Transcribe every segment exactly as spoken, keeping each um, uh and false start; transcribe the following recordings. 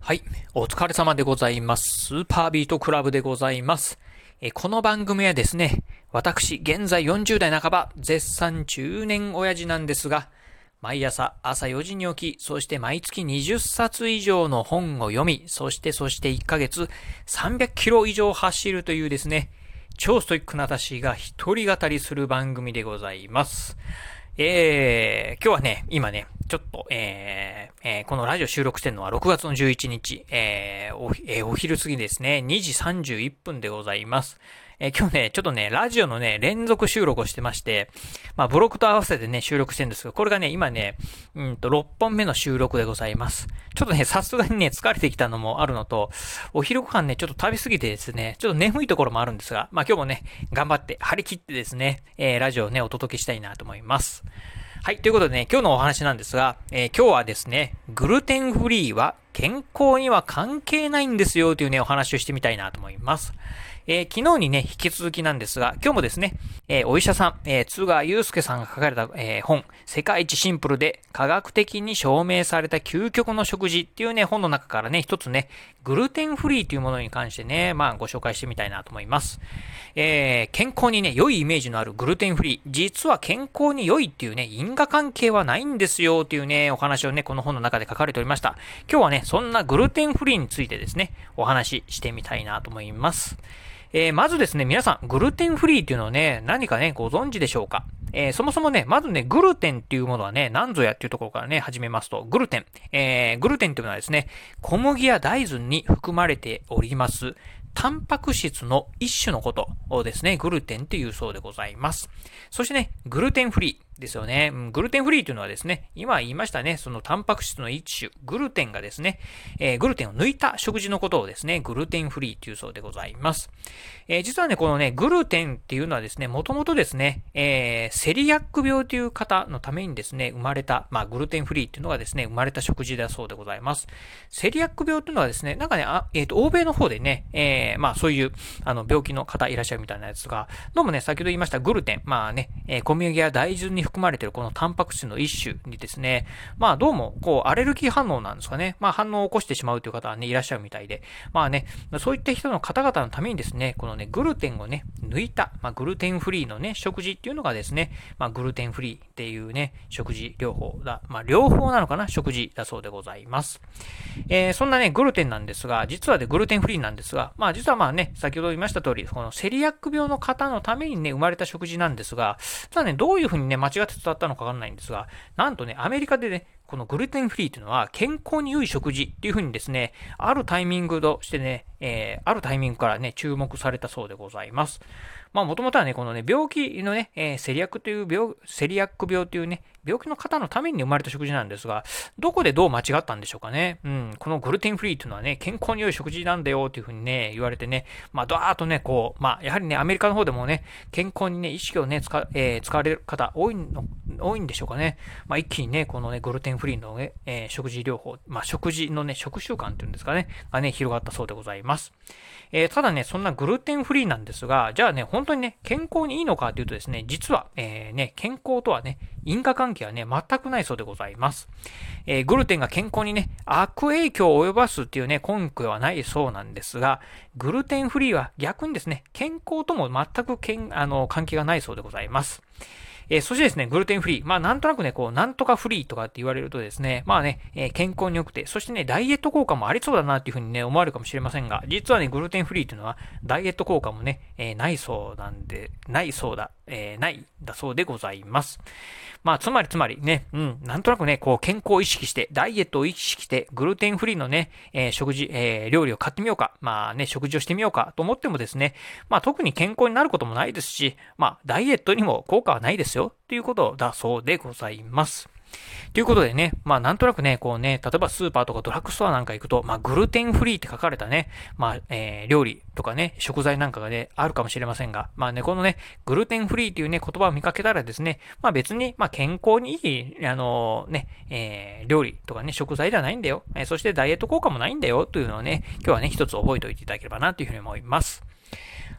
はい。お疲れ様でございます。スーパービートクラブでございます。えこの番組はですね、私、現在よんじゅう代半ば、絶賛中年親父なんですが、毎朝朝よじに起き、そして毎月にじゅっさつ以上の本を読み、そしてそしていっかげつさんびゃくキロ以上走るというですね、超ストイックな私が一人語りする番組でございます。えー、今日はね、今ね、ちょっと、えーえー、このラジオ収録してるのはろくがつのじゅういちにち、えーおえー、お昼過ぎですね、にじさんじゅういっぷんでございます。えー、今日ね、ちょっとね、ラジオのね、連続収録をしてまして、まあ、ブログと合わせてね、収録してるんですけど、これがね、今ね、うんと、ろっぽんめの収録でございます。ちょっとね、さすがにね、疲れてきたのもあるのと、お昼ご飯ね、ちょっと食べ過ぎてですね、ちょっと眠いところもあるんですが、まあ今日もね、頑張って張り切ってですね、えー、ラジオをね、お届けしたいなと思います。はい、ということでね、今日のお話なんですが、えー、今日はですね、グルテンフリーは健康には関係ないんですよというね、お話をしてみたいなと思います。えー、昨日にね、引き続きなんですが、今日もですね、えー、お医者さん、えー、津川祐介さんが書かれた、えー、本、世界一シンプルで科学的に証明された究極の食事っていうね、本の中からね、一つね、グルテンフリーというものに関してね、まあご紹介してみたいなと思います。えー、健康にね、良いイメージのあるグルテンフリー。実は健康に良いっていうね、因果関係はないんですよっていうね、お話をね、この本の中で書かれておりました。今日はね、そんなグルテンフリーについてですね、お話ししてみたいなと思います。えー、まずですね、皆さん、グルテンフリーっていうのをね、何かね、ご存知でしょうか？えー、そもそもね、まずね、グルテンっていうものはね、何ぞやっていうところからね、始めますと、グルテン。えー、グルテンっていうのはですね、小麦や大豆に含まれております、タンパク質の一種のことをですね、グルテンっていうそうでございます。そしてね、グルテンフリーですよね。グルテンフリーというのはですね、今言いましたね、そのタンパク質の一種、グルテンがですね、えー、グルテンを抜いた食事のことをですね、グルテンフリーというそうでございます。えー、実はね、このね、グルテンっていうのはですね、もともとですね、えー、セリアック病という方のためにですね、生まれた、まあ、グルテンフリーっていうのがですね、生まれた食事だそうでございます。セリアック病っていうのはですね、なんかね、あえっ、ー、と、欧米の方でね、えー、まあ、そういう、あの、病気の方いらっしゃるみたいなやつが、どうもね、先ほど言いましたグルテン、まあね、えー、小麦や大豆に含まれているこのタンパク質の一種にですね、まあ、どうも、こう、アレルギー反応なんですかね、まあ、反応を起こしてしまうという方はね、いらっしゃるみたいで、まあね、そういった人の方々のためにですね、このね、グルテンをね、抜いた、まあ、グルテンフリーのね、食事っていうのがですね、まあ、グルテンフリーっていうね、食事療法だ、まあ、療法なのかな、食事だそうでございます。えー、そんなね、グルテンなんですが、実はね、グルテンフリーなんですが、まあ実はまあね、先ほど言いました通り、このセリアック病の方のためにね、生まれた食事なんですが、ただね、どういうふうにね、間違って伝わったのかわかんないんですが、なんとね、アメリカでね、このグルテンフリーというのは健康に良い食事っていうふうにですね、あるタイミングとしてね、えー、あるタイミングからね、注目されたそうでございます。まあもともとはね、このね、病気のね、えー、セリアックという病、セリアック病というね、病気の方のために生まれた食事なんですが、どこでどう間違ったんでしょうかね。うん、このグルテンフリーというのはね、健康に良い食事なんだよっていうふうにね、言われてね、まあ、ドワーッとね、こう、まあ、やはりね、アメリカの方でもね、健康にね、意識をね、使、えー、使われる方多いの、多いんでしょうかね。まあ、一気にね、このね、グルテンフリーのね、えー、食事療法、まあ、食事のね、食習慣っていうんですかね、がね、広がったそうでございます。えー、ただね、そんなグルテンフリーなんですが、じゃあね、本当にね、健康にいいのかというとですね、実は、えー、ね、健康とはね、因果関係はね、全くないそうでございます。えー、グルテンが健康にね、悪影響を及ぼすっていうね、根拠はないそうなんですが、グルテンフリーは逆にですね、健康とも全くけんあの関係がないそうでございます。えー、そしてですね、グルテンフリー。まあ、なんとなくね、こう、なんとかフリーとかって言われるとですね、まあね、えー、健康に良くて、そしてね、ダイエット効果もありそうだなっていうふうにね、思われるかもしれませんが、実はね、グルテンフリーというのは、ダイエット効果もね、えー、ないそうなんで、ないそうだ、えー、ないだそうでございます。まあ、つまりつまりね、うん、なんとなくね、こう、健康を意識して、ダイエットを意識して、グルテンフリーのね、えー、食事、えー、料理を買ってみようか、まあね、食事をしてみようかと思ってもですね、まあ、特に健康になることもないですし、まあ、ダイエットにも効果はないですよ、ということだそうでございます。ということでね、まあなんとなくね、こうね、例えばスーパーとかドラッグストアなんか行くと、まあグルテンフリーって書かれたね、まあ、えー、料理とかね、食材なんかがね、あるかもしれませんが、まあね、このね、グルテンフリーっていうね、言葉を見かけたらですね、まあ別に、まあ健康にいい、あのー、ね、えー、料理とかね、食材ではないんだよ。えー、そしてダイエット効果もないんだよ、というのをね、今日はね、一つ覚えておいていただければな、というふうに思います。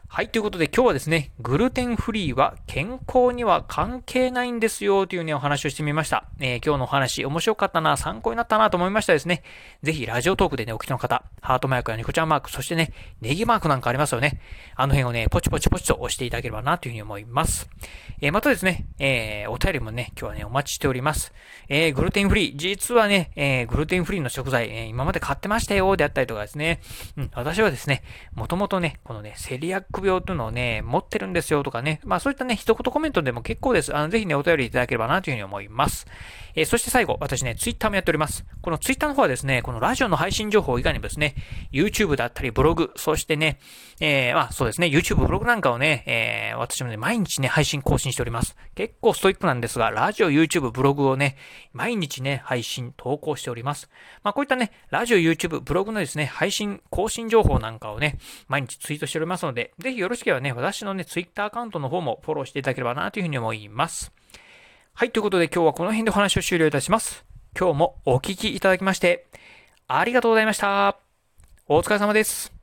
はい、ということで今日はですね、グルテンフリーは健康には関係ないんですよというね、お話をしてみました。えー、今日のお話面白かったな、参考になったなと思いましたですね。ぜひラジオトークでね、お聞きの方、ハートマークやニコちゃんマーク、そしてね、ネギマークなんかありますよね。あの辺をね、ポチポチポチと押していただければなというふうに思います。えー、またですね、えー、お便りもね、今日はね、お待ちしております。えー、グルテンフリー、実はね、えー、グルテンフリーの食材、えー、今まで買ってましたよ、であったりとかですね。うん、私はですね、もともとね、このね、セリアック病というのをね、持ってるんですよとかね、まあそういったね、一言コメントでも結構です。あの、ぜひね、お便りいただければなというふうに思います。えー、そして最後、私ね、ツイッターもやっております。このツイッターの方はですね、このラジオの配信情報以外にもですね、YouTube だったりブログ、そしてね、えー、まあそうですね、YouTube ブログなんかをね、えー、私もね、毎日ね、配信更新しております。結構ストイックなんですが、ラジオ、YouTube、ブログをね、毎日ね、配信、投稿しております。まあこういったね、ラジオ、YouTube、ブログのですね、配信、更新情報なんかをね、毎日ツイートしておりますので、ぜひよろしければね、私のね、Twitter アカウントの方もフォローしていただければなというふうに思います。はい、ということで今日はこの辺でお話を終了いたします。今日もお聞きいただきまして、ありがとうございました。お疲れ様です。